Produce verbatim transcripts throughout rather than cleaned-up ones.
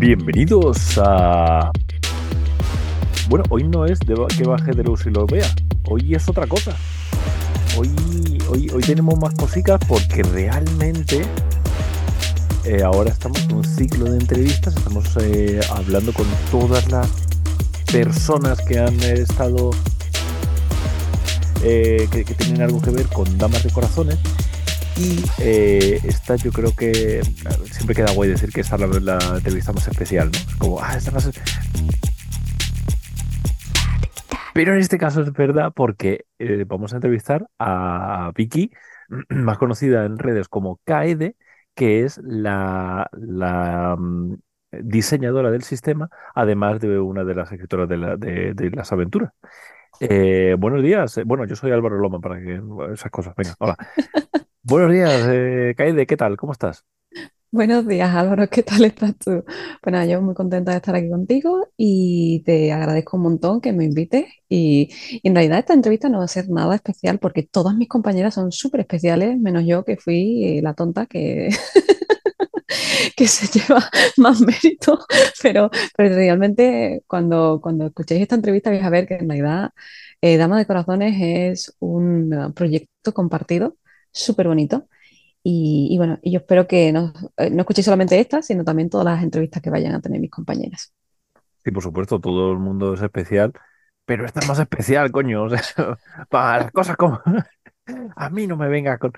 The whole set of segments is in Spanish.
Bienvenidos a... Bueno, hoy no es de ba- que baje de luz y lo vea. Hoy es otra cosa. Hoy, hoy, hoy tenemos más cositas porque realmente eh, ahora estamos en un ciclo de entrevistas. Estamos eh, hablando con todas las personas que han eh, estado, eh, que, que tienen algo que ver con Damas de Corazones. Y eh, esta yo creo que claro, siempre queda guay decir que esta es la, la entrevista más especial, ¿no? Es como, ah, esta más... Pero en este caso es verdad porque eh, vamos a entrevistar a Vicky, más conocida en redes como Kaede, que es la, la mm, diseñadora del sistema, además de una de las escritoras de, la- de- de las aventuras. Eh, buenos días. eh, Bueno, yo soy Álvaro Loma para que esas cosas. Venga, hola. Buenos días, eh, Kaede, ¿qué tal? ¿Cómo estás? Buenos días, Álvaro, ¿qué tal estás tú? Pues nada, yo muy contenta de estar aquí contigo y te agradezco un montón que me invites. Y, y en realidad esta entrevista no va a ser nada especial porque todas mis compañeras son súper especiales, menos yo que fui eh, la tonta que, que se lleva más mérito. Pero, pero realmente cuando, cuando escuchéis esta entrevista vais a ver que en realidad eh, Dama de Corazones es un eh, proyecto compartido súper bonito. Y, y bueno, y yo espero que no, eh, no escuchéis solamente esta, sino también todas las entrevistas que vayan a tener mis compañeras. Sí, por supuesto, todo el mundo es especial, pero esta es más especial, coño. O sea, para las cosas como... A mí no me venga con...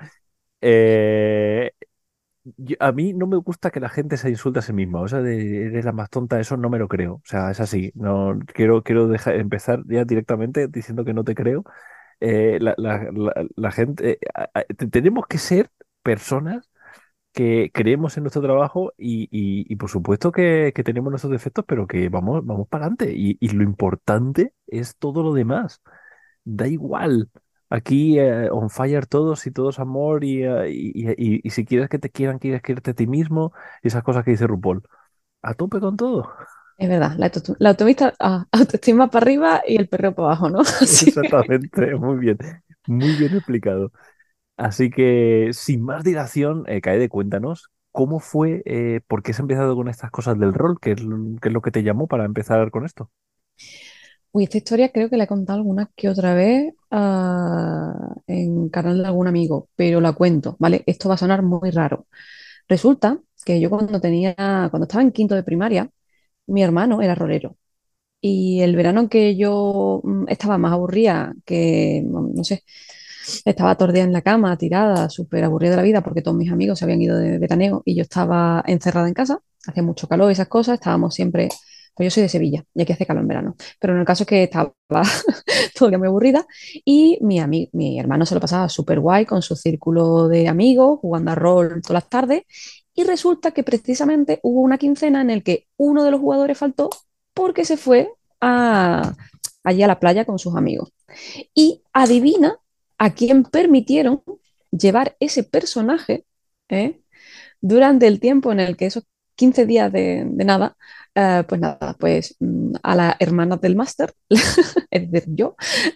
Eh, yo- a mí no me gusta que la gente se insulte a sí misma. O sea, de eres la más tonta, eso no me lo creo. O sea, es así. No quiero, quiero dejar, empezar ya directamente diciendo que no te creo. Eh, la, la- la- la gente, eh, a- a- te- tenemos que ser personas que creemos en nuestro trabajo y, y- y por supuesto que, que tenemos nuestros defectos, pero que vamos, vamos para adelante. Y, y lo importante es todo lo demás. Da igual. Aquí eh, on fire todos y todos amor y, eh, y, y- y- y si quieres que te quieran, quieres quererte a ti mismo y esas cosas que dice RuPaul. A tope con todo. Es verdad, la, auto- la automista- ah, autoestima para arriba y el perreo para abajo, ¿no? Así que, Exactamente, muy bien, muy bien explicado. Así que, sin más dilación, eh, Kaede, cuéntanos cómo fue, eh, por qué has empezado con estas cosas del rol, qué es, lo- qué es lo que te llamó para empezar con esto. uy, esta historia creo que la he contado alguna que otra vez ah, en canal de algún amigo, pero la cuento, ¿vale? Esto va a sonar muy raro. Resulta que yo cuando tenía, cuando estaba en quinto de primaria, mi hermano era rolero. Y el verano que yo mm, estaba más aburrida, que mm, no sé, estaba tordida en la cama, tirada, súper aburrida de la vida porque todos mis amigos se habían ido de veraneo y yo estaba encerrada en casa, hacía mucho calor y esas cosas, estábamos siempre, pues yo soy de Sevilla y aquí hace calor en verano, pero en el caso es que estaba todo el día muy aburrida y mi, ami- mi hermano se lo pasaba súper guay con su círculo de amigos, jugando a rol todas las tardes y resulta que precisamente hubo una quincena en el que uno de los jugadores faltó porque se fue a, allí a la playa con sus amigos. Y adivina a quién permitieron llevar ese personaje, ¿eh? Durante el tiempo en el que esos quince días de, de nada, eh, pues nada, pues mm, a la hermana del máster, es decir, yo,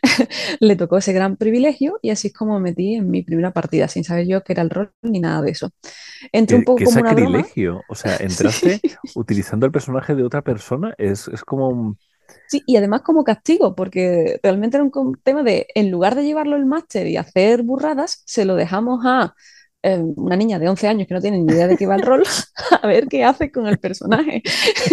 le tocó ese gran privilegio y así es como me metí en mi primera partida, sin saber yo qué era el rol ni nada de eso. Entré un Qué, poco qué como una broma, sacrilegio. O sea, sí, entraste utilizando el personaje de otra persona. Es, es como... un- sí, y además como castigo, porque realmente era un com- tema de, en lugar de llevarlo el máster y hacer burradas, se lo dejamos a eh, una niña de once años que no tiene ni idea de qué va el rol, a ver qué hace con el personaje.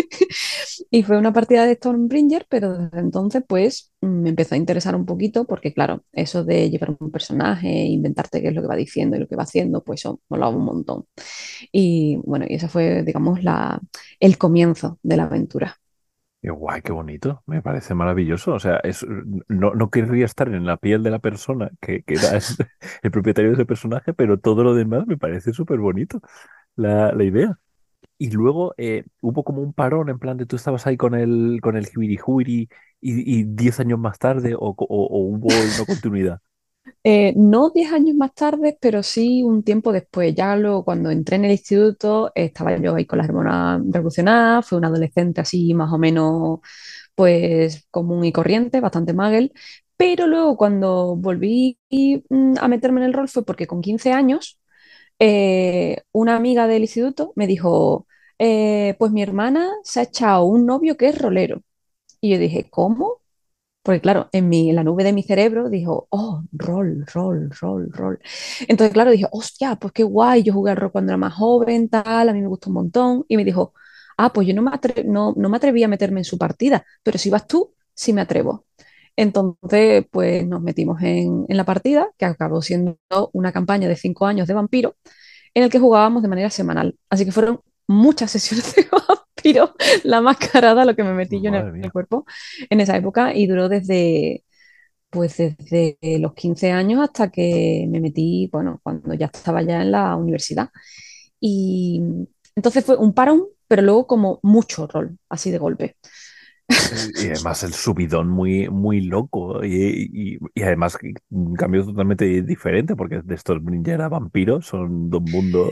Y fue una partida de Stormbringer, pero desde entonces pues me empezó a interesar un poquito, porque claro, eso de llevar un personaje, inventarte qué es lo que va diciendo y lo que va haciendo, pues eso molaba un montón. Y bueno, y esa fue, digamos, la, el comienzo de la aventura. Qué guay, qué bonito. Me parece maravilloso. O sea, es, no, no querría estar en la piel de la persona que, que era el, el propietario de ese personaje, pero todo lo demás me parece súper bonito la, la idea. Y luego eh, hubo como un parón en plan de tú estabas ahí con el, con el jibiri jubiri y, y diez años más tarde o, o- o hubo una continuidad. Eh, no diez años más tarde, pero sí un tiempo después. Ya luego, cuando entré en el instituto, eh, estaba yo ahí con las hormonas revolucionadas, fue una adolescente así más o menos, pues común y corriente, bastante magel. Pero luego, cuando volví mm, a meterme en el rol, fue porque con quince años, eh, una amiga del instituto me dijo, eh, pues mi hermana se ha echado un novio que es rolero. Y yo dije, ¿cómo? Porque claro, en mi, en la nube de mi cerebro dijo, oh, rol, rol, rol, rol. Entonces, claro, dije, hostia, pues qué guay, yo jugué al rol cuando era más joven, tal, a mí me gustó un montón. Y me dijo, ah, pues yo no me, atre- no, no me atreví a meterme en su partida, pero si vas tú, sí me atrevo. Entonces, pues nos metimos en, en la partida, que acabó siendo una campaña de cinco años de vampiro, en el que jugábamos de manera semanal. Así que fueron muchas sesiones de vampiro, la mascarada, lo que me metí yo en el, Madre el mía. cuerpo en esa época y duró desde, pues desde los quince años hasta que me metí, bueno, cuando ya estaba ya en la universidad. Y entonces fue un parón, pero luego como mucho rol, así de golpe. Eh, Y además el subidón muy, muy loco y, y- y además que un cambio totalmente diferente porque de estos ninja era vampiros, son dos mundos.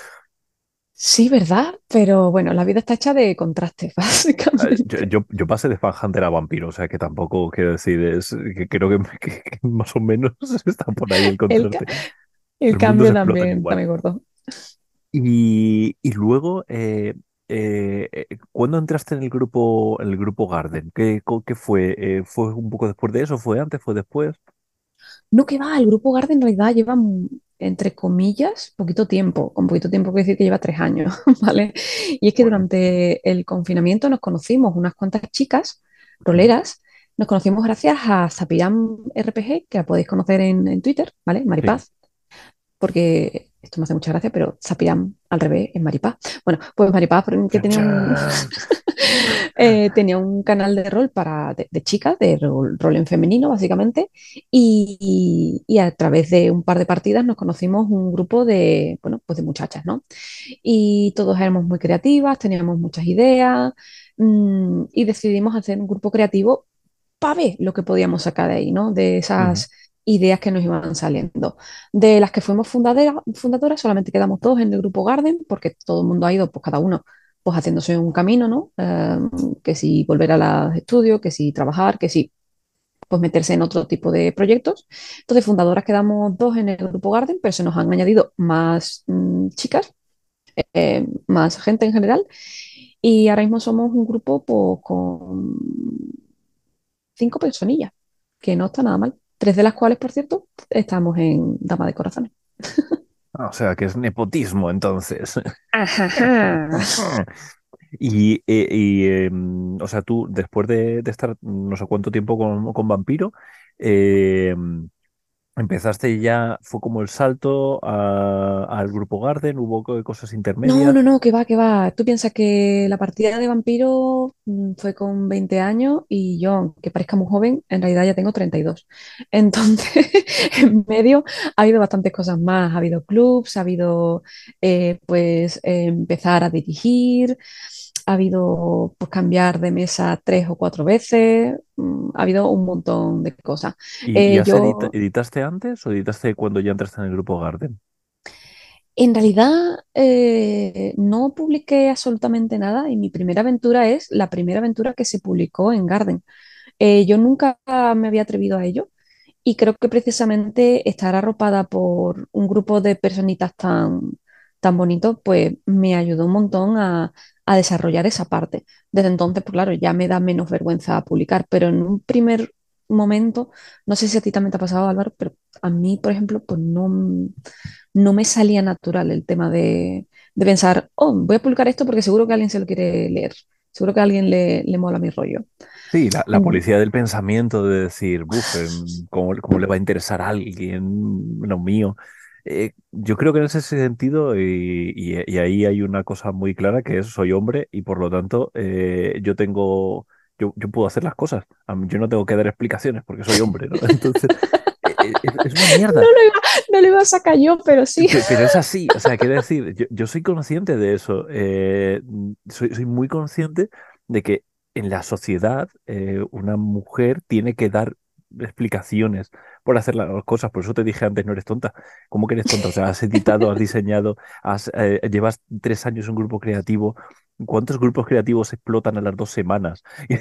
Sí, ¿verdad? Pero bueno, la vida está hecha de contrastes, Eh, Yo, básicamente. yo, yo pasé de Fan Hunter a vampiro, o sea que tampoco quiero decir, es que creo que, que- que más o menos está por ahí el El, ca- contraste. el Los mundos cambio explotan también, igual. también gordo. Y, y luego, eh, eh, eh, ¿cuándo entraste en el grupo, en el grupo Garden? ¿Qué, co- qué fue? Eh, ¿fue un poco después de eso? ¿Fue antes? ¿Fue después? No, que va, el grupo Garden en realidad lleva, mm, entre comillas, poquito tiempo. Con poquito tiempo quiero decir que lleva tres años, ¿vale? Y es que Bueno. durante el confinamiento nos conocimos unas cuantas chicas Ujú. roleras. Nos conocimos gracias a Zapiram R P G, que la podéis conocer en, en Twitter, ¿vale? Sí. Maripaz, porque esto me hace mucha gracia, pero Zapiram al revés es Maripaz. Bueno, pues Maripaz, que Chan, tenía un, chan. eh, tenía un canal de rol para, de, de chicas, de rol, rol en femenino, básicamente, y, y- y a través de un par de partidas nos conocimos un grupo de, bueno, pues de muchachas, ¿no? Y todos éramos muy creativas, teníamos muchas ideas, mm, y decidimos hacer un grupo creativo para ver lo que podíamos sacar de ahí, ¿no? De Ujú. esas ideas que nos iban saliendo. De las que fuimos fundadera- fundadoras, solamente quedamos dos en el grupo Garden, porque todo el mundo ha ido, pues cada uno, pues haciéndose un camino, ¿no? Eh, que si volver a los estudios, que si trabajar, que si pues meterse en otro tipo de proyectos. Entonces, fundadoras quedamos dos en el grupo Garden, pero se nos han añadido más mm, chicas, eh, más gente en general, y ahora mismo somos un grupo pues, con cinco personillas, que no está nada mal. Tres de las cuales, por cierto, estamos en Dama de Corazones. Ah, o sea, que es nepotismo, entonces. Ajá. Y, eh, y, em, o sea, tú, después de, de estar no sé cuánto tiempo con, con Vampiro, em, empezaste ya, fue como el salto a- al grupo Garden, hubo co- cosas No, intermedias. no, no, que va, que va. Tú piensas que la partida de vampiro mm, fue con veinte años y yo, aunque parezca muy joven, en realidad ya tengo treinta y dos. Entonces, en medio ha habido bastantes cosas más. Ha habido clubs, ha habido, eh, pues, eh, empezar a dirigir, ha habido, pues, cambiar de mesa tres o cuatro veces, mm, ha habido un montón de cosas. ¿Y, y Eh, has edita- yo editaste antes o editaste cuando ya entraste en el grupo Garden? En realidad, eh, no publiqué absolutamente nada y mi primera aventura es la primera aventura que se publicó en Garden. Eh, yo nunca me había atrevido a ello y creo que precisamente estar arropada por un grupo de personitas tan, tan bonitos, pues me ayudó un montón a, a desarrollar esa parte. Desde entonces, pues claro, ya me da menos vergüenza publicar, pero en un primer momento, no sé si a ti también te ha pasado, Álvaro, pero a mí, por ejemplo, pues no, no me salía natural el tema de, de pensar, oh, voy a publicar esto porque seguro que alguien se lo quiere leer, seguro que a alguien le, le mola mi rollo. Sí, la, la En- policía del pensamiento de decir, buf, em, ¿cómo, cómo le va a interesar a alguien lo mío? Eh, yo creo que en ese sentido, y, y- y ahí hay una cosa muy clara, que es soy hombre y por lo tanto eh, yo tengo, yo, yo puedo hacer las cosas. A mí- yo no tengo que dar explicaciones porque soy hombre, ¿no? Entonces, eh, eh, es, es una mierda. No lo iba, no lo iba a sacar yo, pero sí. Pe- Pero es así, o sea, quiero decir, yo, yo soy consciente de eso, eh, mm, soy, soy muy consciente de que en la sociedad eh, una mujer tiene que dar explicaciones por hacer las cosas, por eso te dije antes, no eres tonta. ¿Cómo que eres tonta? O sea, has editado, has diseñado, has, eh, llevas tres años en un grupo creativo. ¿Cuántos grupos creativos explotan a las dos semanas?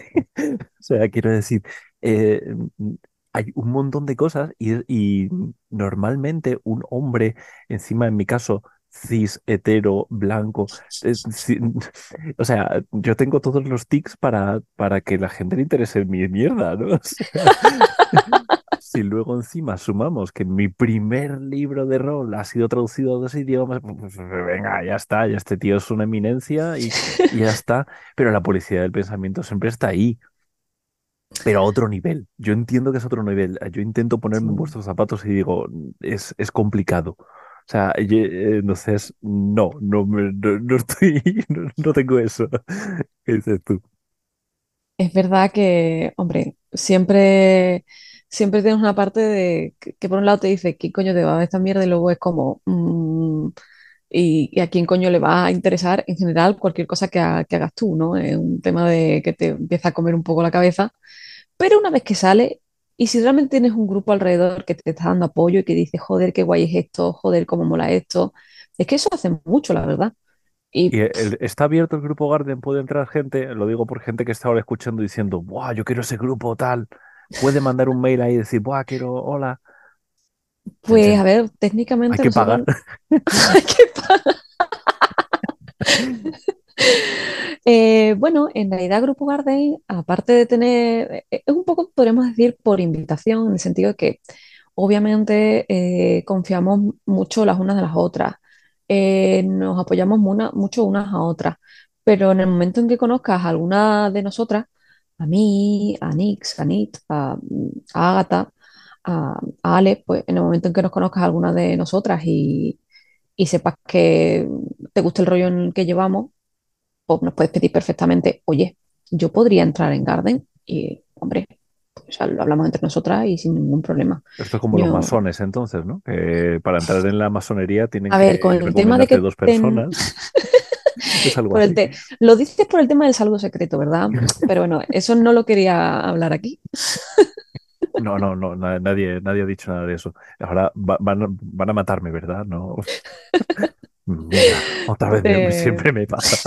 O sea, quiero decir, eh, mm, hay un montón de cosas y, y normalmente un hombre encima en mi caso cis, hetero, blanco. eh, si- o sea, yo tengo todos los tics para, para que la gente le interese mi mierda, ¿no? O sea, si luego encima sumamos que mi primer libro de rol ha sido traducido a dos idiomas, pues, pues, venga, ya está, ya este tío es una eminencia y, y ya está. Pero la policía del pensamiento siempre está ahí, pero a otro nivel. Yo entiendo que es otro nivel. Yo intento ponerme en Sí. vuestros zapatos y digo, es, es complicado. O sea, ye- eh, entonces, no, no, me- no, no estoy, no, no tengo eso. ¿Qué dices tú? Es verdad que, hombre, siempre, siempre tienes una parte de que, que por un lado te dice, ¿qué coño te va a esta mierda? Y luego es como, mm, y, y a quién coño le va a interesar en general cualquier cosa que, ha- que hagas tú, ¿no? Es un tema de que te empieza a comer un poco la cabeza. Pero una vez que sale, y si realmente tienes un grupo alrededor que te está dando apoyo y que dice, joder, qué guay es esto, joder, cómo mola esto, es que eso hace mucho, la verdad. ¿Y Y el- está abierto el grupo Garden? ¿Puede entrar gente? Lo digo por gente que está ahora escuchando diciendo, ¡buah, yo quiero ese grupo tal! Puede mandar un mail ahí y decir, ¡buah, quiero, hola! Chen, pues, chen. a ver, Hay técnicamente que pagar. nosotros... ¿Qué pasa? Eh, bueno, en realidad Grupo Garden, aparte de tener, eh, es un poco, podríamos decir, por invitación, en el sentido de que obviamente eh, confiamos mucho las unas de las otras, eh, nos apoyamos muna- mucho unas a otras, pero en el momento en que conozcas a alguna de nosotras, a mí, a Nix, a Nit, a, a Ágata, a, a Ale, pues en el momento en que nos conozcas a alguna de nosotras y, y sepas que te gusta el rollo en el que llevamos, o nos puedes pedir perfectamente, oye, yo podría entrar en Garden y, hombre, pues lo hablamos entre nosotras y sin ningún problema. Esto es como los Yo, masones, entonces, ¿no? Que para entrar en la masonería tienen a que ver, con el tema de recomendarte que dos ten... personas. Es algo por el así. te... Lo dices por el tema del saludo secreto, ¿verdad? Pero bueno, eso no lo quería hablar aquí. No, no, no, na- nadie, nadie ha dicho nada de eso. Ahora va- van, a- van a matarme, ¿verdad? No. Mierda, otra vez me- Eh, siempre me pasa.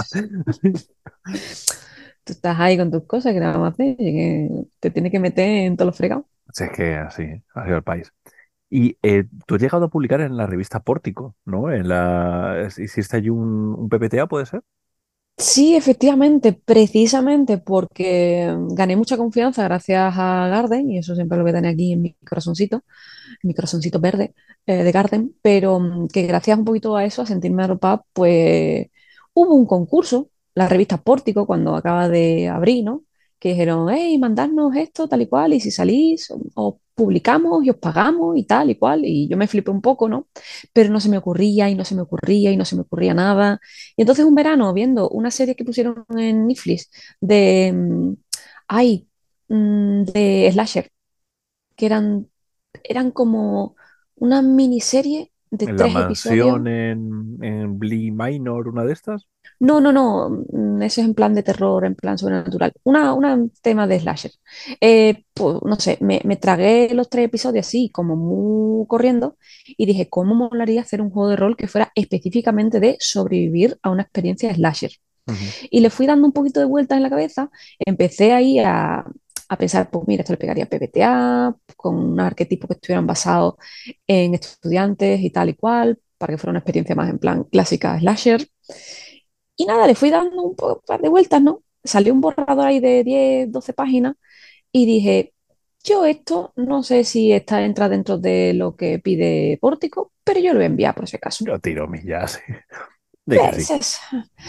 Tú estás ahí con tus cosas que nada más hacer, y que te tienes que meter en todos los fregados. Si es que así, ha sido el país. Y eh, tú has llegado a publicar en la revista Pórtico, ¿no? En la, hiciste allí un, un P P T A, ¿puede ser? Sí, efectivamente, precisamente porque gané mucha confianza gracias a Garden, y eso siempre lo voy a tener aquí en mi corazoncito, en mi corazoncito verde eh, de Garden, pero mm, que gracias un poquito a eso, a sentirme arropada, pues hubo un concurso, la revista Pórtico, cuando acaba de abrir, ¿no? Que dijeron, hey, mandadnos esto, tal y cual, y si salís, os publicamos y os pagamos y tal y cual, y yo me flipé un poco, ¿no? Pero no se me ocurría y no se me ocurría y no se me ocurría nada. Y entonces un verano viendo una serie que pusieron en Netflix de, mm, ay, mm, de Slasher, que eran, eran como una miniserie de En la tres episodios. mansión en, en Bly Minor, una de estas. No, no, no, mm, ese es en plan de terror, en plan sobrenatural. Una, una tema de slasher. Eh, pues, no sé, me, me tragué los tres episodios así, como muy corriendo, y dije, ¿cómo molaría hacer un juego de rol que fuera específicamente de sobrevivir a una experiencia de slasher? Ujú. Y le fui dando un poquito de vueltas en la cabeza, empecé ahí a, a pensar, pues mira, esto le pegaría a P B T A, con un arquetipo que estuvieran basados en estudiantes y tal y cual, para que fuera una experiencia más en plan clásica slasher. Y nada, le fui dando un po- par de vueltas, ¿no? Salió un borrador ahí de diez doce páginas y dije, yo esto no sé si está entra dentro de lo que pide Pórtico, pero yo lo voy a enviar por si acaso. Yo tiro millas, sí. De que sí. Pues es-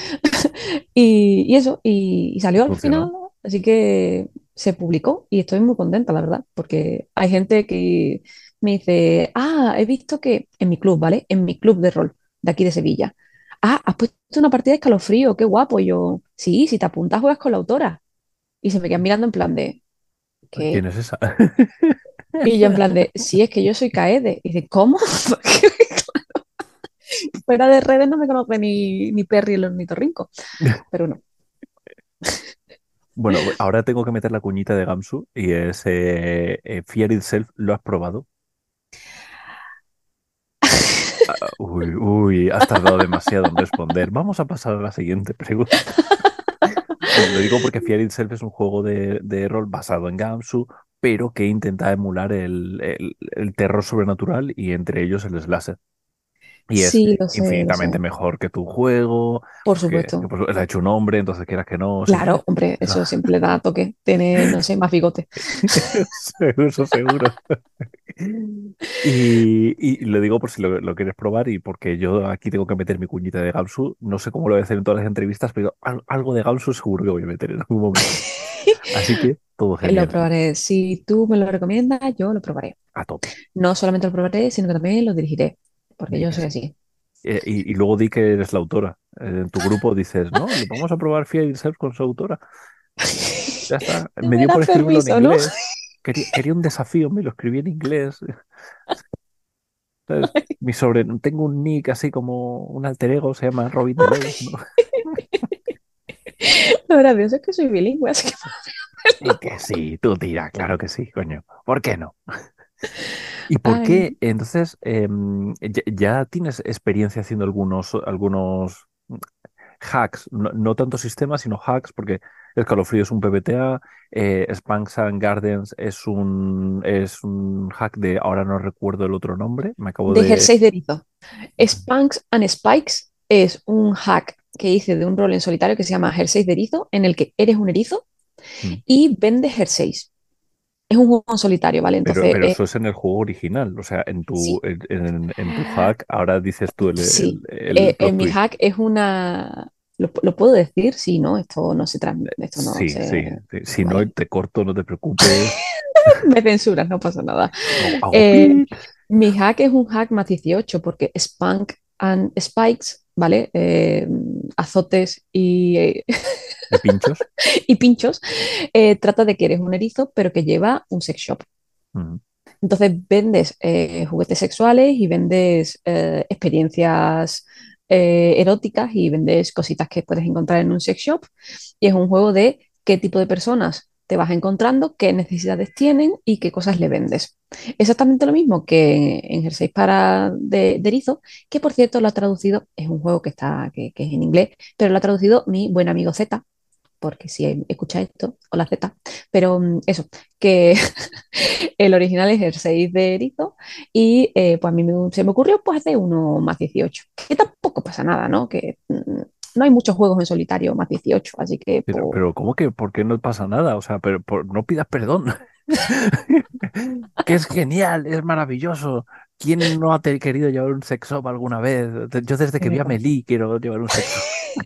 Y, y eso, y, y Y salió al final, funcionó. ¿no? Así que se publicó y estoy muy contenta, la verdad, porque hay gente que me dice, ah, he visto que en mi club, ¿vale? En mi club de rol de aquí de Sevilla. Ah, has puesto una partida de escalofrío, qué guapo. Y yo, sí, si te apuntas, juegas con la autora. Y se me quedan mirando en plan de, ¿Quién ¿qué? es esa? Y yo en plan de, sí, es que yo soy Kaede. Y dice, ¿cómo? Fuera de redes no me conoce ni, ni Perry el ornitorrinco. Pero no. Bueno, ahora tengo que meter la cuñita de Gamsu y es eh, eh, Fear Itself, ¿lo has probado? Ah, uy, uy, has tardado demasiado en responder. Vamos a pasar a la siguiente pregunta. Lo digo porque Fear Itself es un juego de, de rol basado en Gamsu, pero que intenta emular el, el- el terror sobrenatural y entre ellos el slasher. Y es Sí, lo sé, lo infinitamente sé. mejor que tu juego, Por porque que, supuesto. pues, le ha hecho un hombre, entonces quieras que no, siempre. Claro, hombre, Eso, eso siempre le da toque. Tiene, no sé, más bigote. eso seguro. Y, y lo digo por si lo, lo quieres probar y porque yo aquí tengo que meter mi cuñita de Gamsu. No sé cómo lo voy a hacer en todas las entrevistas, pero al- algo de Gamsu seguro que voy a meter en algún momento. Así que todo Lo genial. probaré. Si tú me lo recomiendas, yo lo probaré. A tope. No solamente lo probaré, sino que también lo dirigiré, porque Di yo que soy sí. así. Eh, y, y luego di que eres la autora. Eh, en tu grupo dices, no, lo vamos a probar Fear Itself con su autora. Ya está. No Me me dio das por escribirlo en permiso, ¿no? inglés. Quería, quería un desafío, me lo escribí en inglés. ¿Sabes? Mi sobre, tengo un nick así como un alter ego, se llama Robin Delos, ¿no? Lo gracioso es que soy bilingüe, así que... Y que sí, tú tira, claro que sí, coño. ¿Por qué no? ¿Y por Ay, qué entonces em, ya, ya tienes experiencia haciendo algunos, algunos hacks? No, no tanto sistemas, sino hacks, porque Escalofrío es un P B T A, eh, Spanks and Gardens es un, es un hack de, ahora no recuerdo el otro nombre, me acabo de de... jerseys de erizo. Spanks and Spikes es un hack que hice de un rol en solitario que se llama Jerseys de erizo, en el que eres un erizo Mm. y vendes jerseys. Es un juego en solitario, ¿vale? Pero, Entonces, pero eh, eso es en el juego original, o sea, en tu, sí, en, en- en tu hack, ahora dices tú el, el, sí. el Eh, eh, plot mi twist. hack es una... ¿Lo, lo puedo decir? Sí, ¿no? Esto no se transmite, esto no Sí, sí, se... sí. Si no Vale. te corto, no te preocupes. Me censuras, no pasa nada. Hago, hago Eh, pip Mi hack es un hack más dieciocho porque Spank and Spikes, ¿vale? Eh, azotes y, eh, y pinchos. y pinchos, eh, trata de que eres un erizo, pero que lleva un sex shop. Mm. Entonces vendes eh, juguetes sexuales y vendes eh, experiencias eh, eróticas y vendes cositas que puedes encontrar en un sex shop. Y es un juego de qué tipo de personas te vas encontrando, qué necesidades tienen y qué cosas le vendes. Exactamente lo mismo que en Jersey para de, de Erizo, que por cierto lo ha traducido, es un juego que, está, que, que es en inglés, pero lo ha traducido mi buen amigo Z, porque si escucha esto, hola Z, pero mm, eso, que el original es el seis de erizo y eh, pues a mí me- se me ocurrió pues hacer uno más dieciocho, que tampoco pasa nada, ¿no? Que mm, no hay muchos juegos en solitario más dieciocho, así que Pero, pues pero ¿cómo que por qué no pasa nada? O sea, pero por- no pidas perdón. Que es genial, es maravilloso. ¿Quién no ha te- querido llevar un sex shop alguna vez? Yo desde es que vi a verdad. Meli quiero llevar un sex shop.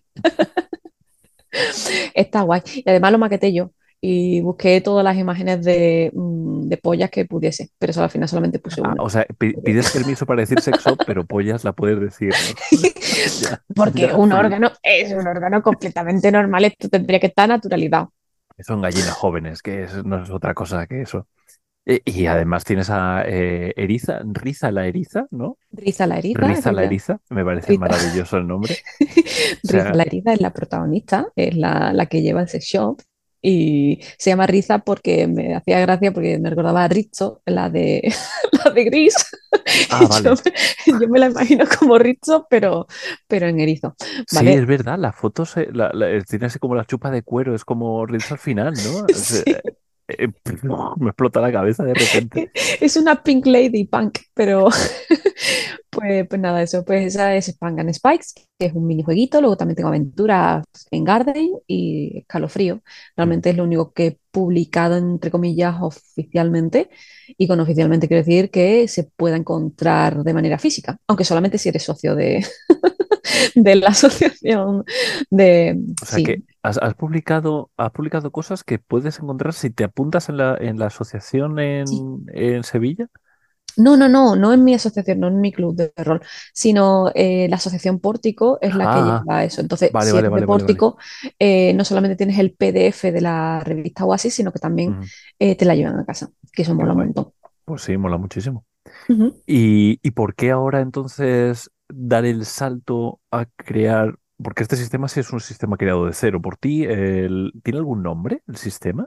Está guay. Y además lo maqueté yo y busqué todas las imágenes de, mm, de pollas que pudiese, pero eso al final solamente puse Ah, una. o sea, pi- pides permiso para decir sex shop, pero pollas la puedes decir, ¿no? Ya, Porque ya, un flip. órgano es un órgano completamente normal, esto tendría que estar naturalizado. Son gallinas jóvenes, que es- no es otra cosa que eso. E- Y, además tienes a eh, Eriza, Riza la Eriza, ¿no? Riza la eriza, Riza la efectivamente. Eriza, me parece Riza, maravilloso el nombre. O Riza sea, la Eriza es la protagonista, es la, la que lleva el sex shop y se llama Riza porque me hacía gracia porque me recordaba a Rizzo, la de, la de Gris. ah, Y yo, vale. me, yo me la imagino como Rizzo, pero, pero en erizo, Sí, es ¿vale? verdad, la foto se, la, la- eh, tiene así como la chupa de cuero, es como Rizzo al final, ¿no? O sea, Sí. eh, me explota la cabeza de repente. Es una Pink Lady Punk, pero pues, pues nada, eso, pues esa es Spank and Spikes, que es un minijueguito. Luego también tengo aventuras en Garden y Escalofrío. Mm. Realmente es lo único que he publicado, entre comillas, oficialmente. Y con oficialmente quiero decir que se pueda encontrar de manera física, aunque solamente si eres socio de, de la asociación de... O sea que Sí, has, has publicado, has publicado cosas que puedes encontrar si te apuntas en la, en la asociación sí. en, en Sevilla. No, no, no, no en mi asociación, no en mi club de rol, sino eh, la asociación Pórtico es la que Ah, lleva eso. Entonces, vale, si vale, eres de vale, vale, vale. Pórtico, eh, no solamente tienes el P D F de la revista Oasis, sino que también Ujú. eh, te la llevan a casa, que eso Qué mola un guay. montón. Pues sí, mola muchísimo. Ujú. ¿Y, y por qué ahora entonces dar el salto a crear? Porque este sistema sí es un sistema creado de cero por ti. el- ¿Tiene algún nombre el sistema?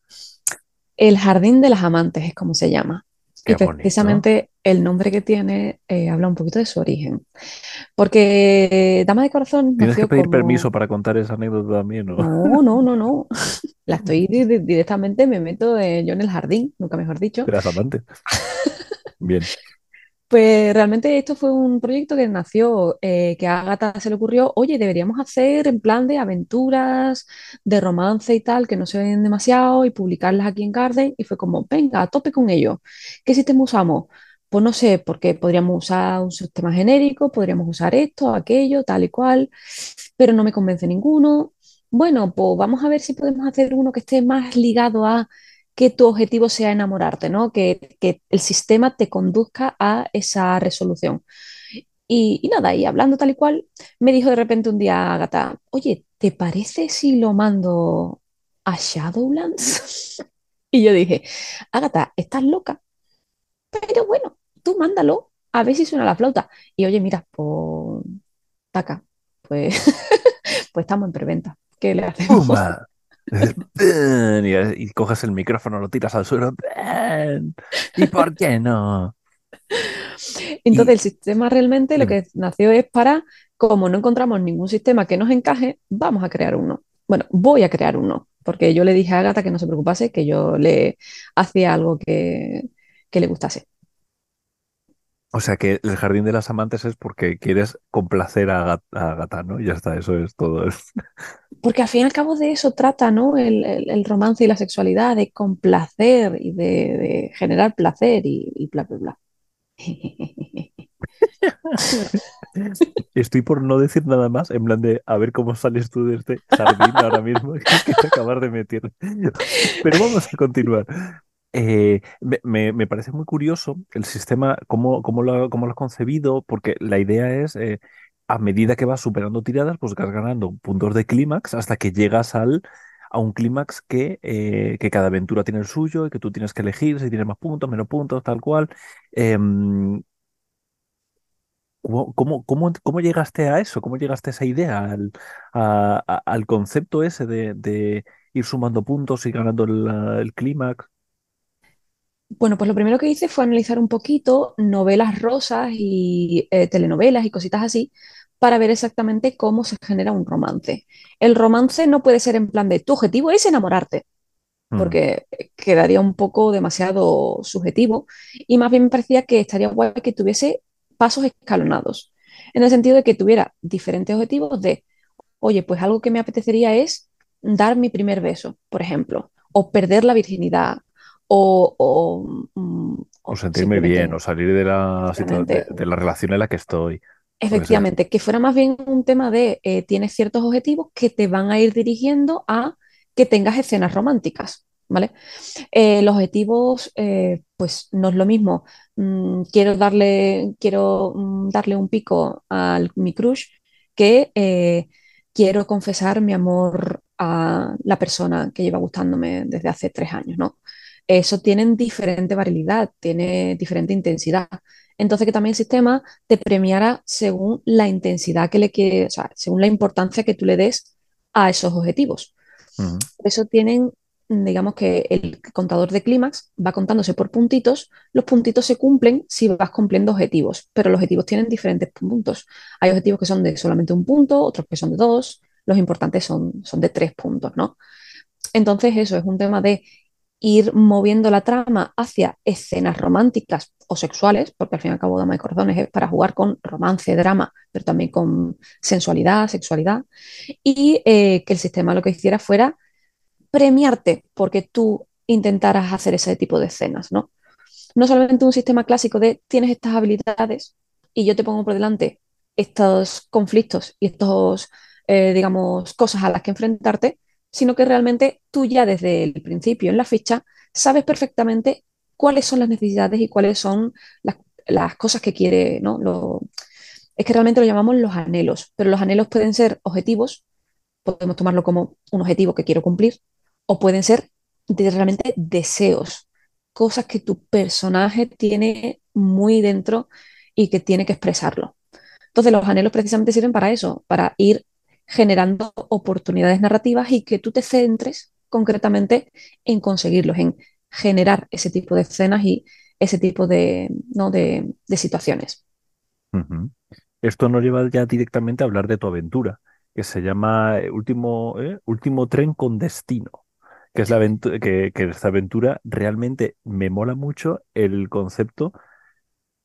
El Jardín de las Amantes es como se llama. Qué Y bonito. precisamente el nombre que tiene eh, habla un poquito de su origen. Porque Dama de Corazón ¿Tienes que nació pedir como... permiso para contar esa anécdota también, o? No, no, no, no. La estoy di- di- directamente, me meto de yo en el jardín, nunca mejor dicho. De las amantes. Bien. Pues realmente esto fue un proyecto que nació, eh, que a Agatha se le ocurrió, oye, deberíamos hacer en plan de aventuras, de romance y tal, que no se ven demasiado y publicarlas aquí en Garden. Y fue como, venga, a tope con ello. ¿Qué sistema usamos? Pues no sé, porque podríamos usar un sistema genérico, podríamos usar esto, aquello, tal y cual, pero no me convence ninguno. Bueno, pues vamos a ver si podemos hacer uno que esté más ligado a que tu objetivo sea enamorarte, ¿no? Que, que el sistema te conduzca a esa resolución. Y, y nada, y hablando tal y cual, me dijo de repente un día Agatha, oye, ¿te parece si lo mando a Shadowlands? Y yo dije, Agatha, estás loca, pero bueno, tú mándalo, a ver si suena la flauta. Y oye, mira, pues, taca, pues, pues estamos en preventa. ¿Qué le hacemos? ¡Pumba! Dices, "Ven", Y, y coges el micrófono, lo tiras al suelo. "Ven". ¿Y por qué no? Entonces, Y el sistema realmente lo dime. que nació es para, como no encontramos ningún sistema que nos encaje, vamos a crear uno. Bueno, voy a crear uno, porque yo le dije a Agatha que no se preocupase, que yo le hacía algo que, que le gustase. O sea que el jardín de las amantes es porque quieres complacer a, Gat- a Gata, ¿no? Y ya está, eso es todo. Porque al fin y al cabo de eso trata, ¿no? El, el- el romance y la sexualidad, de complacer y de, de generar placer y, y bla, bla, bla. Estoy por no decir nada más, en plan de a ver cómo sales tú de este jardín ahora mismo que te acabas de meter. Pero vamos a continuar. Eh, me, me- me parece muy curioso el sistema, cómo, cómo lo, cómo lo has concebido, porque la idea es, eh, a medida que vas superando tiradas, pues vas ganando puntos de clímax hasta que llegas al, a un clímax que, eh, que cada aventura tiene el suyo y que tú tienes que elegir si tienes más puntos, menos puntos, tal cual. Em, ¿Cómo, cómo, cómo- cómo llegaste a eso? ¿Cómo llegaste a esa idea, al, a- a- al concepto ese de, de ir sumando puntos y ganando el, ah, el clímax? Bueno, pues lo primero que hice fue analizar un poquito novelas rosas y eh, telenovelas y cositas así para ver exactamente cómo se genera un romance. El romance no puede ser en plan de tu objetivo es enamorarte, Mm, porque quedaría un poco demasiado subjetivo y más bien me parecía que estaría guay que tuviese pasos escalonados, en el sentido de que tuviera diferentes objetivos de, oye, pues algo que me apetecería es dar mi primer beso, por ejemplo, o perder la virginidad, o, o, mm, O o sentirme bien, o simplemente, salir de la, situa- de, efectivamente, de la relación en la que estoy, lo que sea. efectivamente, que fuera más bien un tema de eh, tienes ciertos objetivos que te van a ir dirigiendo a que tengas escenas románticas, ¿vale? Eh, los objetivos, eh, pues no es lo mismo. Mm, quiero darle, quiero mm, darle un pico a mi crush que eh, quiero confesar mi amor a la persona que lleva gustándome desde hace tres años, ¿no? Eso tiene diferente variabilidad, tiene diferente intensidad. Entonces, que también el sistema te premiara según la intensidad que le quiere, o sea, según la importancia que tú le des a esos objetivos. Ujú. Por eso tienen, digamos que el contador de clímax va contándose por puntitos, los puntitos se cumplen si vas cumpliendo objetivos, pero los objetivos tienen diferentes puntos. Hay objetivos que son de solamente un punto, otros que son de dos, los importantes son, son de tres puntos, ¿no? Entonces eso es un tema de ir moviendo la trama hacia escenas románticas o sexuales, porque al fin y al cabo Dama de Corazones es para jugar con romance, drama, pero también con sensualidad, sexualidad, y eh, que el sistema lo que hiciera fuera premiarte porque tú intentaras hacer ese tipo de escenas, ¿no? No solamente un sistema clásico de tienes estas habilidades y yo te pongo por delante estos conflictos y estos, eh, digamos, cosas a las que enfrentarte, sino que realmente tú ya desde el principio en la ficha sabes perfectamente cuáles son las necesidades y cuáles son las, las cosas que quiere, ¿no? Lo, es que realmente lo llamamos los anhelos, pero los anhelos pueden ser objetivos, podemos tomarlo como un objetivo que quiero cumplir, o pueden ser de realmente deseos, cosas que tu personaje tiene muy dentro y que tiene que expresarlo. Entonces los anhelos precisamente sirven para eso, para ir generando oportunidades narrativas y que tú te centres concretamente en conseguirlos, en generar ese tipo de escenas y ese tipo de, ¿no? de, de situaciones. Ujú. Esto nos lleva ya directamente a hablar de tu aventura, que se llama eh, Último, eh, Último tren con destino, que es la aventura, que, que esta aventura realmente me mola mucho el concepto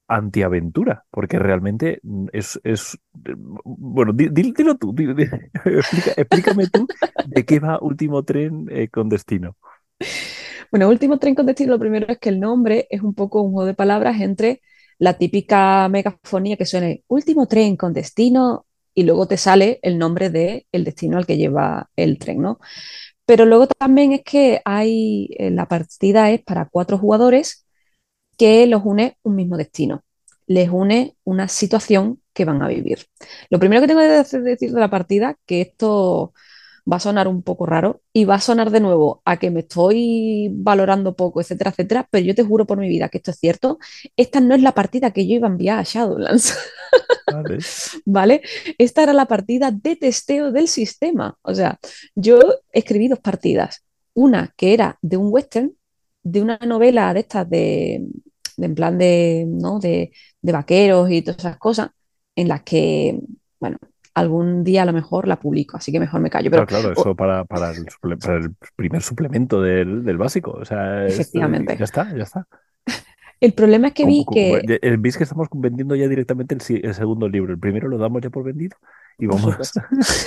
antiaventura, porque realmente mm, es, es eh, bueno, di- di- dilo tú, di- di- explica- explícame tú de qué va Último Tren eh, con Destino. Bueno, Último Tren con Destino, lo primero es que el nombre es un poco un juego de palabras entre la típica megafonía que suena Último Tren con Destino y luego te sale el nombre del destino al que lleva el tren, ¿no? Pero luego también es que hay, eh, la partida es para cuatro jugadores que los une un mismo destino, les une una situación que van a vivir. Lo primero que tengo que decir de la partida, que esto va a sonar un poco raro y va a sonar de nuevo a que me estoy valorando poco, etcétera, etcétera, pero yo te juro por mi vida que esto es cierto. Esta no es la partida que yo iba a enviar a Shadowlands. Vale. ¿Vale? Esta era la partida de testeo del sistema. O sea, yo escribí dos partidas. Una que era de un western, de una novela de estas de, de en plan de, ¿no? de, de vaqueros y todas esas cosas, en las que, bueno, algún día a lo mejor la publico, así que mejor me callo. Pero Claro, claro, o, eso para, para el, suple- para el primer suplemento del, del básico. O sea, esto- efectivamente. ya está, ya está. El problema es que Como- vi como- que, eh, ¿Veis que estamos vendiendo ya directamente el, si- el segundo libro? El primero lo damos ya por vendido y por vamos. supuesto,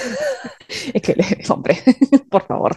es que, hombre, por favor.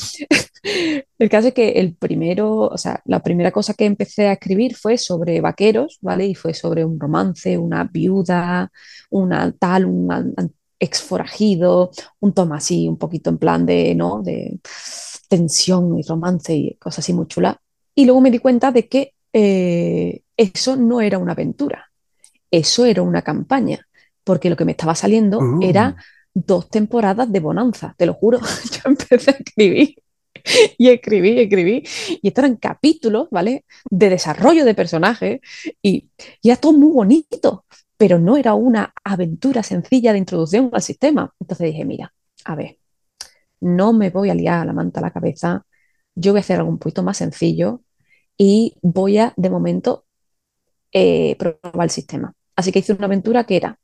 El caso es que el primero, o sea, la primera cosa que empecé a escribir fue sobre vaqueros, ¿vale? Y fue sobre un romance, una viuda, una tal, un an- an- ex forajido, un tono así, un poquito en plan de, ¿no? De tensión y romance y cosas así muy chulas. Y luego me di cuenta de que eh, eso no era una aventura, eso era una campaña, porque lo que me estaba saliendo era Uh, dos temporadas de bonanza, te lo juro. Yo empecé a escribir y escribí, y escribí, y estos eran capítulos, ¿vale? De desarrollo de personajes, y, y era todo muy bonito, pero no era una aventura sencilla de introducción al sistema. Entonces dije, mira, a ver, no me voy a liar la manta a la cabeza, yo voy a hacer algo un poquito más sencillo y voy a, de momento, eh, probar el sistema. Así que hice una aventura que era,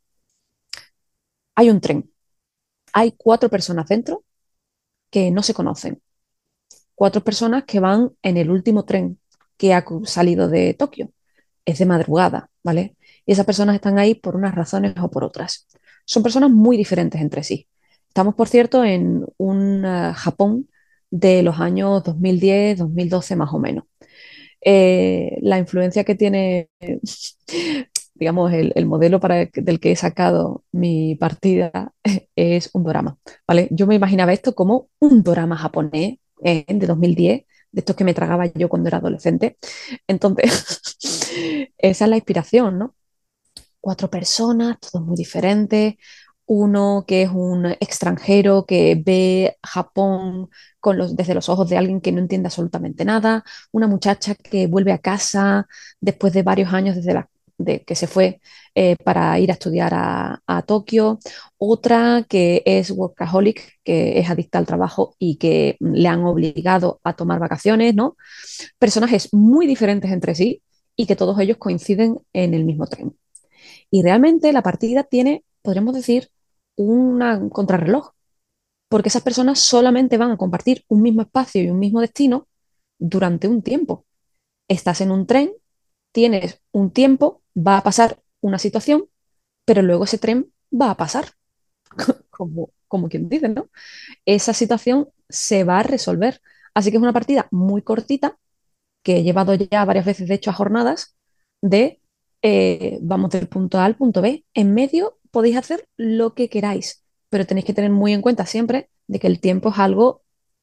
hay un tren, hay cuatro personas dentro que no se conocen, cuatro personas que van en el último tren que ha salido de Tokio. Es de madrugada, ¿vale? Y esas personas están ahí por unas razones o por otras. Son personas muy diferentes entre sí. Estamos, por cierto, en un uh, Japón de los años dos mil diez, dos mil doce más o menos. Eh, la influencia que tiene, digamos, el, el modelo para el, del que he sacado mi partida es un drama, ¿vale? Yo me imaginaba esto como un drama japonés eh, de dos mil diez, de estos que me tragaba yo cuando era adolescente. Entonces, esa es la inspiración, ¿no? Cuatro personas, todos muy diferentes. Uno que es un extranjero que ve Japón con los, desde los ojos de alguien que no entiende absolutamente nada. Una muchacha que vuelve a casa después de varios años desde la, de que se fue eh, para ir a estudiar a, a Tokio. Otra que es workaholic, que es adicta al trabajo y que le han obligado a tomar vacaciones, ¿no? Personajes muy diferentes entre sí y que todos ellos coinciden en el mismo tren. Y realmente la partida tiene, podríamos decir, una, un contrarreloj, porque esas personas solamente van a compartir un mismo espacio y un mismo destino durante un tiempo. Estás en un tren, tienes un tiempo, va a pasar una situación, pero luego ese tren va a pasar, como, como quien dice, ¿no? Esa situación se va a resolver. Así que es una partida muy cortita que he llevado ya varias veces, de hecho, a jornadas de eh, vamos del punto A al punto B. En medio podéis hacer lo que queráis, pero tenéis que tener muy en cuenta siempre de que el tiempo es algo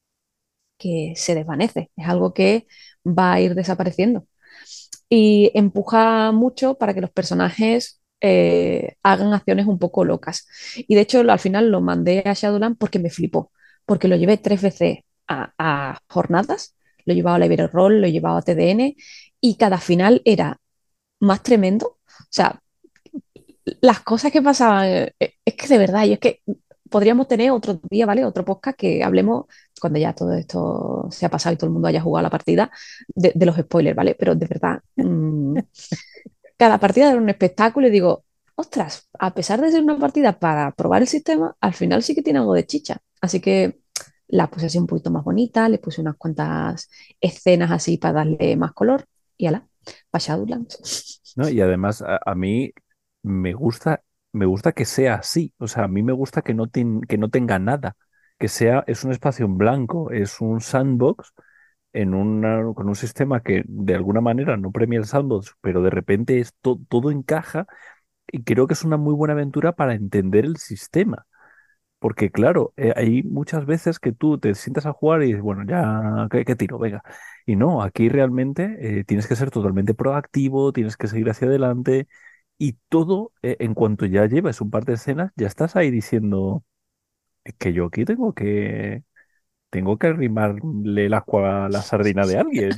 que se desvanece, es algo que va a ir desapareciendo. Y empuja mucho para que los personajes eh, hagan acciones un poco locas. Y de hecho, al final lo mandé a Shadowland porque me flipó, porque lo llevé tres veces a, a jornadas, lo he llevado a la Ibero Roll, lo he llevado a T D N, y cada final era más tremendo. O sea, las cosas que pasaban, eh, eh, es que de verdad, y es que podríamos tener otro día, ¿vale? Otro podcast que hablemos cuando ya todo esto se ha pasado y todo el mundo haya jugado la partida de, de los spoilers, ¿vale? Pero de verdad, mmm, cada partida era un espectáculo y digo, ostras, a pesar de ser una partida para probar el sistema, al final sí que tiene algo de chicha. Así que la puse así un poquito más bonita, le puse unas cuantas escenas así para darle más color y ala. para Shadowlands. ¿No? Y además a, a mí me gusta, me gusta que sea así. O sea, a mí me gusta que no, ten- que no tenga nada. Que sea, es un espacio en blanco, es un sandbox en una, con un sistema que de alguna manera no premia el sandbox, pero de repente es to- todo encaja y creo que es una muy buena aventura para entender el sistema. Porque claro, eh, hay muchas veces que tú te sientas a jugar y dices, bueno, ya, ¿qué, qué tiro? Venga. Y no, aquí realmente eh, tienes que ser totalmente proactivo, tienes que seguir hacia adelante y todo, eh, en cuanto ya llevas un par de escenas, ya estás ahí diciendo "Es que yo aquí tengo que, tengo que arrimarle el agua a la sardina de alguien,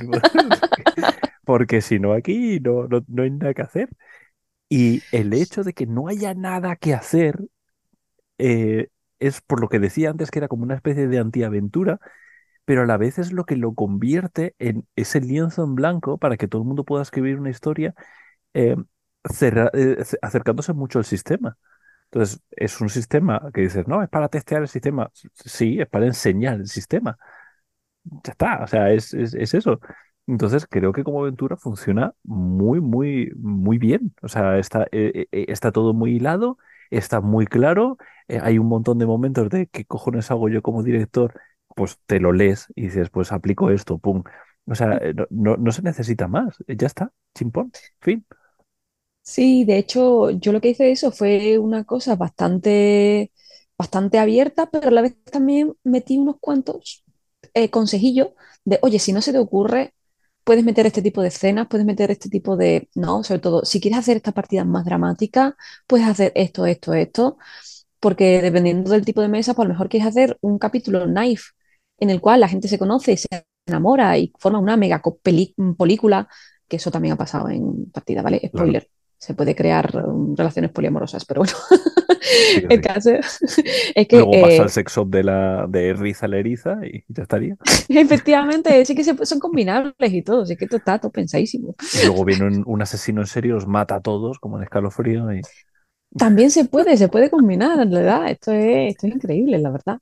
porque si no aquí no, no, no hay nada que hacer". Y el hecho de que no haya nada que hacer eh, es por lo que decía antes que era como una especie de antiaventura, pero a la vez es lo que lo convierte en ese lienzo en blanco para que todo el mundo pueda escribir una historia eh, cerra- eh, ce- acercándose mucho al sistema. Entonces, es un sistema que dices, no, es para testear el sistema. S- Sí, es para enseñar el sistema. Ya está, o sea, es, es, es eso. Entonces, creo que como aventura funciona muy, muy, muy bien. O sea, está, eh, eh, eh, está todo muy hilado, está muy claro. Eh, hay un montón de momentos de qué cojones hago yo como director, pues te lo lees y dices, pues aplico esto, pum. O sea, eh, no, no, no se necesita más. eh, Ya está, chimpón, fin. Sí, de hecho, yo lo que hice eso fue una cosa bastante, bastante abierta, pero a la vez también metí unos cuantos eh, consejillos de, oye, si no se te ocurre, puedes meter este tipo de escenas, puedes meter este tipo de, no, sobre todo, si quieres hacer esta partida más dramática, puedes hacer esto, esto, esto, porque dependiendo del tipo de mesa, pues a lo mejor quieres hacer un capítulo knife en el cual la gente se conoce y se enamora y forma una mega co- peli- película, que eso también ha pasado en partida, ¿vale? Claro, Spoiler. Se puede crear um, relaciones poliamorosas, pero bueno, sí, el sí. caso es que Luego pasa el eh, sex shop de la de Riza a la Eriza y ya estaría. efectivamente sí que se- son combinables y todo, sí que esto está todo pensadísimo. Y luego viene un, un asesino en serie, los mata a todos, como en Escalofrío. Y... También se puede, se puede combinar, en realidad. Esto es, esto es increíble, la verdad.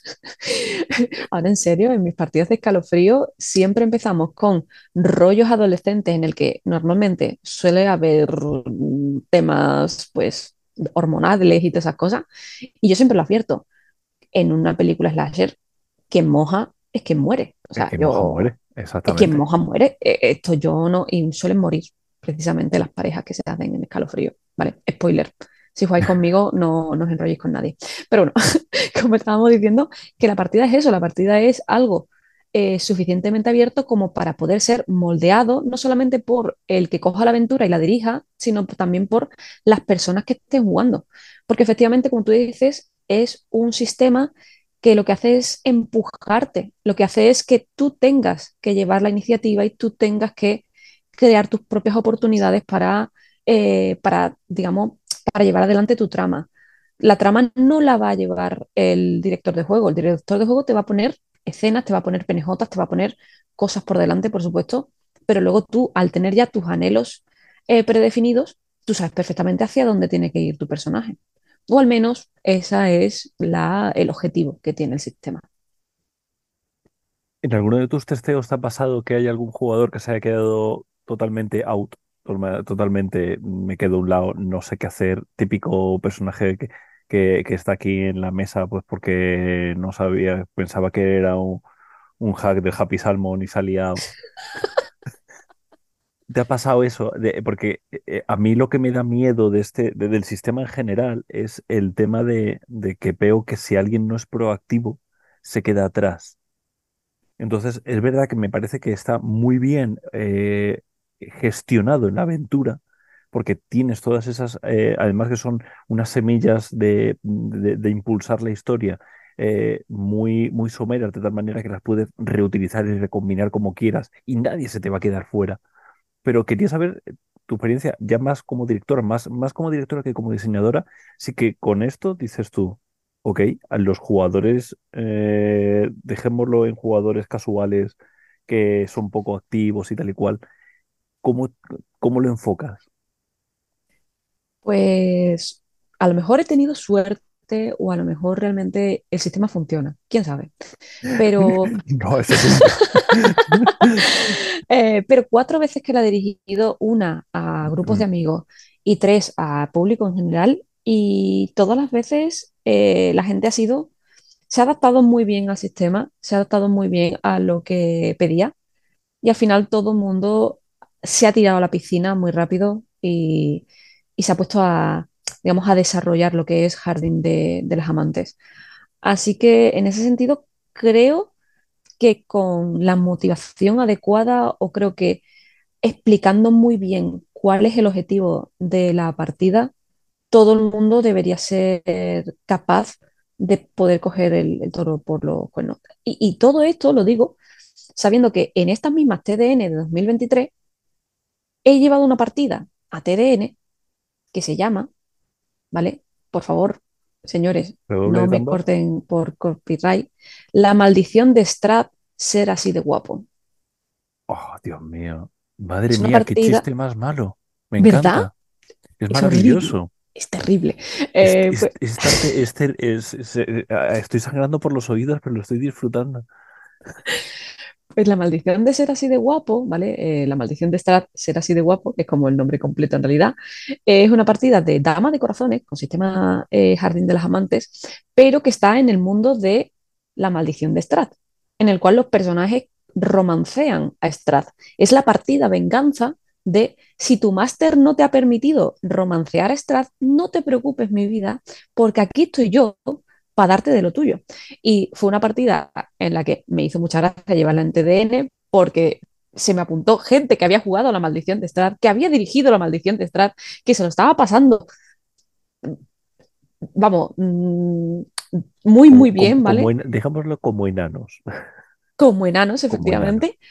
Ahora, en serio, en mis partidas de escalofrío siempre empezamos con rollos adolescentes en el que normalmente suele haber mm, temas, pues, hormonales y todas esas cosas. Y yo siempre lo advierto. En una película slasher, quien moja es quien muere. O El sea, que moja yo, muere, es quien exactamente. moja muere. Eh, Esto yo no, y suelen morir precisamente las parejas que se hacen en escalofrío. Vale, spoiler. Si jugáis conmigo, no, no os enrolléis con nadie. Pero bueno, como estábamos diciendo, que la partida es eso, la partida es algo eh, suficientemente abierto como para poder ser moldeado, no solamente por el que coja la aventura y la dirija, sino también por las personas que estén jugando. Porque efectivamente, como tú dices, es un sistema que lo que hace es empujarte, lo que hace es que tú tengas que llevar la iniciativa y tú tengas que crear tus propias oportunidades para, eh, para digamos, para llevar adelante tu trama. La trama no la va a llevar el director de juego, el director de juego te va a poner escenas, te va a poner penejotas, te va a poner cosas por delante, por supuesto, pero luego tú, al tener ya tus anhelos eh, predefinidos, tú sabes perfectamente hacia dónde tiene que ir tu personaje. O al menos ese es la, el objetivo que tiene el sistema. ¿En alguno de tus testeos te ha pasado que hay algún jugador que se haya quedado totalmente out? Tolma- Totalmente me quedo a un lado, no sé qué hacer, típico personaje que, que, que está aquí en la mesa pues porque no sabía, pensaba que era un, un hack del Happy Salmon y salía... ¿Te ha pasado eso? De- porque eh, eh, a mí lo que me da miedo de este, de- del sistema en general es el tema de, de que veo que si alguien no es proactivo, se queda atrás. Entonces, es verdad que me parece que está muy bien eh, gestionado en la aventura, porque tienes todas esas, eh, además que son unas semillas de, de- de impulsar la historia eh, muy, muy someras, de tal manera que las puedes reutilizar y recombinar como quieras, y nadie se te va a quedar fuera. Pero quería saber eh, tu experiencia, ya más como directora, más, más como directora que como diseñadora, sí que con esto dices tú, ok, a los jugadores, eh, dejémoslo en jugadores casuales que son poco activos y tal y cual, ¿cómo, cómo lo enfocas? Pues a lo mejor he tenido suerte, suerte o a lo mejor realmente el sistema funciona, quién sabe. Pero, No, eso nunca. eh, pero cuatro veces que la he dirigido, una a grupos Mm, de amigos y tres a público en general, y todas las veces eh, la gente ha sido, se ha adaptado muy bien al sistema, se ha adaptado muy bien a lo que pedía y al final todo el mundo se ha tirado a la piscina muy rápido y, y se ha puesto a, digamos, a desarrollar lo que es Jardín de, de las Amantes. Así que en ese sentido creo que con la motivación adecuada o creo que explicando muy bien cuál es el objetivo de la partida, todo el mundo debería ser capaz de poder coger el, el toro por los cuernos. Y, y todo esto lo digo sabiendo que en estas mismas T D N de dos mil veintitrés he llevado una partida a T D N que se llama, ¿vale? Por favor, señores, Redoble no de me tambor. corten por copyright. La maldición de Strad ser así de guapo. Oh, Dios mío. Madre Es una mía, qué partida, chiste más malo. Me ¿verdad? encanta. Es Es horrible, maravilloso. es terrible. Este, Eh, pues, este, esta te- este, es, es- eh, ah, estoy sangrando por los oídos, pero lo estoy disfrutando. pues la maldición de ser así de guapo, ¿vale? Eh, la maldición de estar, ser así de guapo, que es como el nombre completo en realidad, eh, es una partida de Dama de Corazones con sistema eh, Jardín de las Amantes, pero que está en el mundo de la maldición de Strahd, en el cual los personajes romancean a Strahd. Es la partida venganza de si tu máster no te ha permitido romancear a Strahd, no te preocupes, mi vida, porque aquí estoy yo para darte de lo tuyo. Y fue una partida en la que me hizo mucha gracia llevarla en T D N porque se me apuntó gente que había jugado a la maldición de Strahd, que había dirigido la maldición de Strahd, que se lo estaba pasando, vamos, mmm, muy, Como, muy como, bien, como ¿vale? en- dejémoslo como enanos. Como enanos, Como enanos. efectivamente.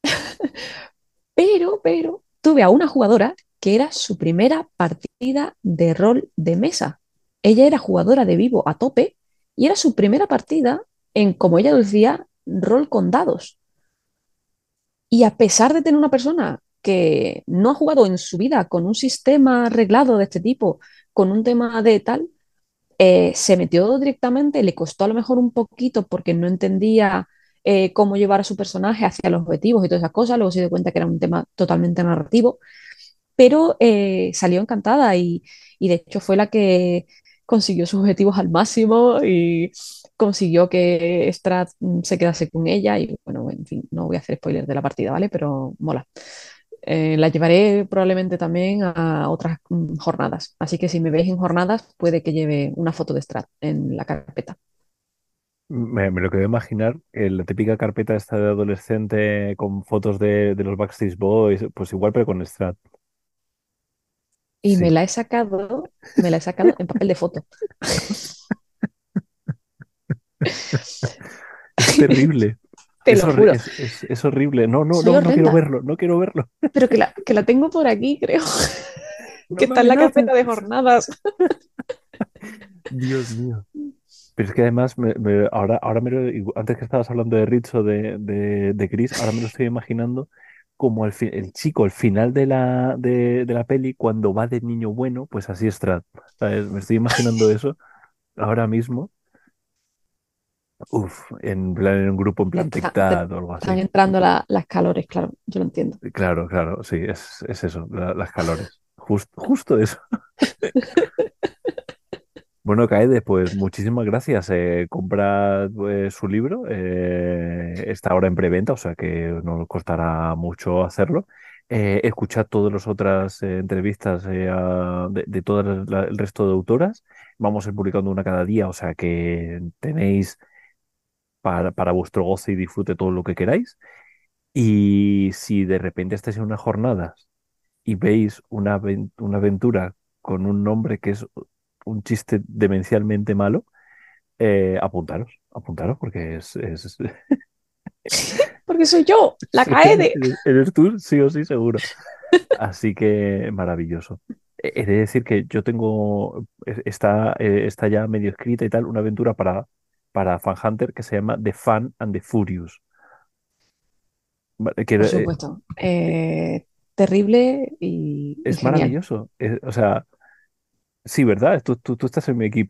Pero, pero, tuve a una jugadora que era su primera partida de rol de mesa. Ella era jugadora de vivo a tope y era su primera partida en, como ella decía, rol con dados. Y a pesar de tener una persona que no ha jugado en su vida con un sistema arreglado de este tipo, con un tema de tal, eh, se metió directamente, le costó a lo mejor un poquito porque no entendía eh, cómo llevar a su personaje hacia los objetivos y todas esas cosas, luego se dio cuenta que era un tema totalmente narrativo, pero eh, salió encantada y, y de hecho fue la que consiguió sus objetivos al máximo y consiguió que Strat mm, se quedase con ella y bueno, en fin, no voy a hacer spoilers de la partida, ¿vale? Pero mola. Eh, la llevaré probablemente también a otras mm, jornadas, así que si me veis en jornadas puede que lleve una foto de Strat en la carpeta. Me, me lo quiero imaginar, eh, la típica carpeta esta de adolescente con fotos de, de los Backstreet Boys, pues igual, pero con Strat. Y me Sí. la he sacado, me la he sacado en papel de foto. Es terrible. Te Es, lo horri- juro. es, es, es horrible. No, no, Soy no, no quiero horrenda, verlo, no quiero verlo. pero que la, que la tengo por aquí, creo. Que No me está en la amenaces. carpeta de jornadas. Dios mío. Pero es que además, me- me- ahora, ahora me lo- igu- antes que estabas hablando de Rich o de, de, de Chris, ahora me lo estoy imaginando como el, fi- el chico, el final de la, de, de la peli, cuando va de niño bueno, pues así es Strad. ¿Sabes? Me estoy imaginando eso ahora mismo. Uf, en plan, en un grupo en Te, plan está- te tic-tac o algo están así. entrando la- las calores, claro, yo lo entiendo. Claro, claro, sí, es, es eso, la- las calores. Jus- justo eso. Bueno, Kaede, pues muchísimas gracias. Eh, comprad eh, su libro. Eh, está ahora en preventa, o sea que no os costará mucho hacerlo. Eh, escuchad todas las otras eh, entrevistas eh, a- de, de todo el resto de autoras. Vamos a ir publicando una cada día, o sea que tenéis para, para vuestro goce y disfrute todo lo que queráis. Y si de repente estáis en unas jornadas y veis una, aven- una aventura con un nombre que es un chiste demencialmente malo, eh, apuntaros, apuntaros porque es, es- Porque soy yo, la sí, Kaede. eres, eres tú, sí o sí, seguro. Así que maravilloso. He he de decir que yo tengo, es- está, eh, está ya medio escrita y tal, una aventura para, para Fan Hunter que se llama The Fan and the Furious. Vale, que, Por eh, supuesto. Eh, terrible y, y es genial. maravilloso. Eh, o sea, sí, ¿verdad? Tú, tú, tú estás en mi equipo.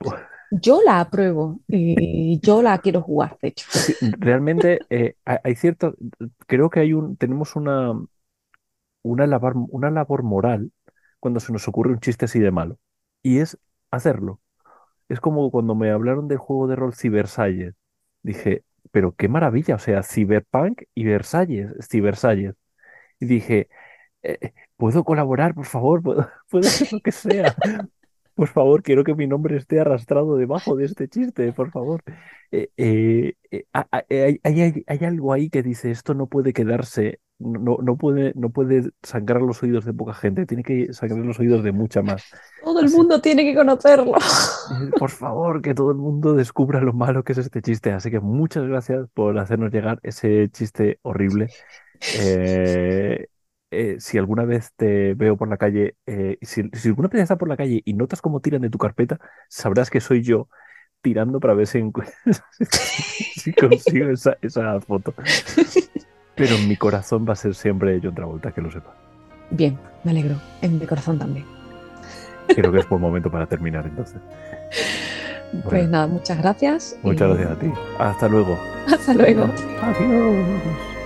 Yo la apruebo y yo la quiero jugar, de hecho. Sí, realmente eh, hay hay cierto, creo que hay un, tenemos una, una labor, una labor moral cuando se nos ocurre un chiste así de malo. Y es hacerlo. Es como cuando me hablaron del juego de rol Cibersalles. Dije, pero qué maravilla, o sea, Cyberpunk y Versalles, Cibersalles. Y dije, eh, eh, ¿puedo colaborar, por favor? ¿Puedo, puedo hacer lo que sea? Por favor, quiero que mi nombre esté arrastrado debajo de este chiste, por favor. Eh, eh, eh, a- a- hay, hay- hay- hay algo ahí que dice, esto no puede quedarse, no, no no puede, no puede sangrar los oídos de poca gente, tiene que sangrar los oídos de mucha más. Todo el Así, mundo tiene que conocerlo. eh, por favor, que todo el mundo descubra lo malo que es este chiste. Así que muchas gracias por hacernos llegar ese chiste horrible. Eh, eh, si alguna vez te veo por la calle, eh, si, si alguna vez estás por la calle y notas cómo tiran de tu carpeta, sabrás que soy yo tirando para ver si, encu- si consigo esa, esa foto. Pero en mi corazón va a ser siempre John Travolta, que lo sepa. Bien, me alegro. En mi corazón también. Creo que es buen momento para terminar entonces. Pues Bueno, nada, muchas gracias muchas y gracias a ti. Hasta luego. hasta luego. Adiós.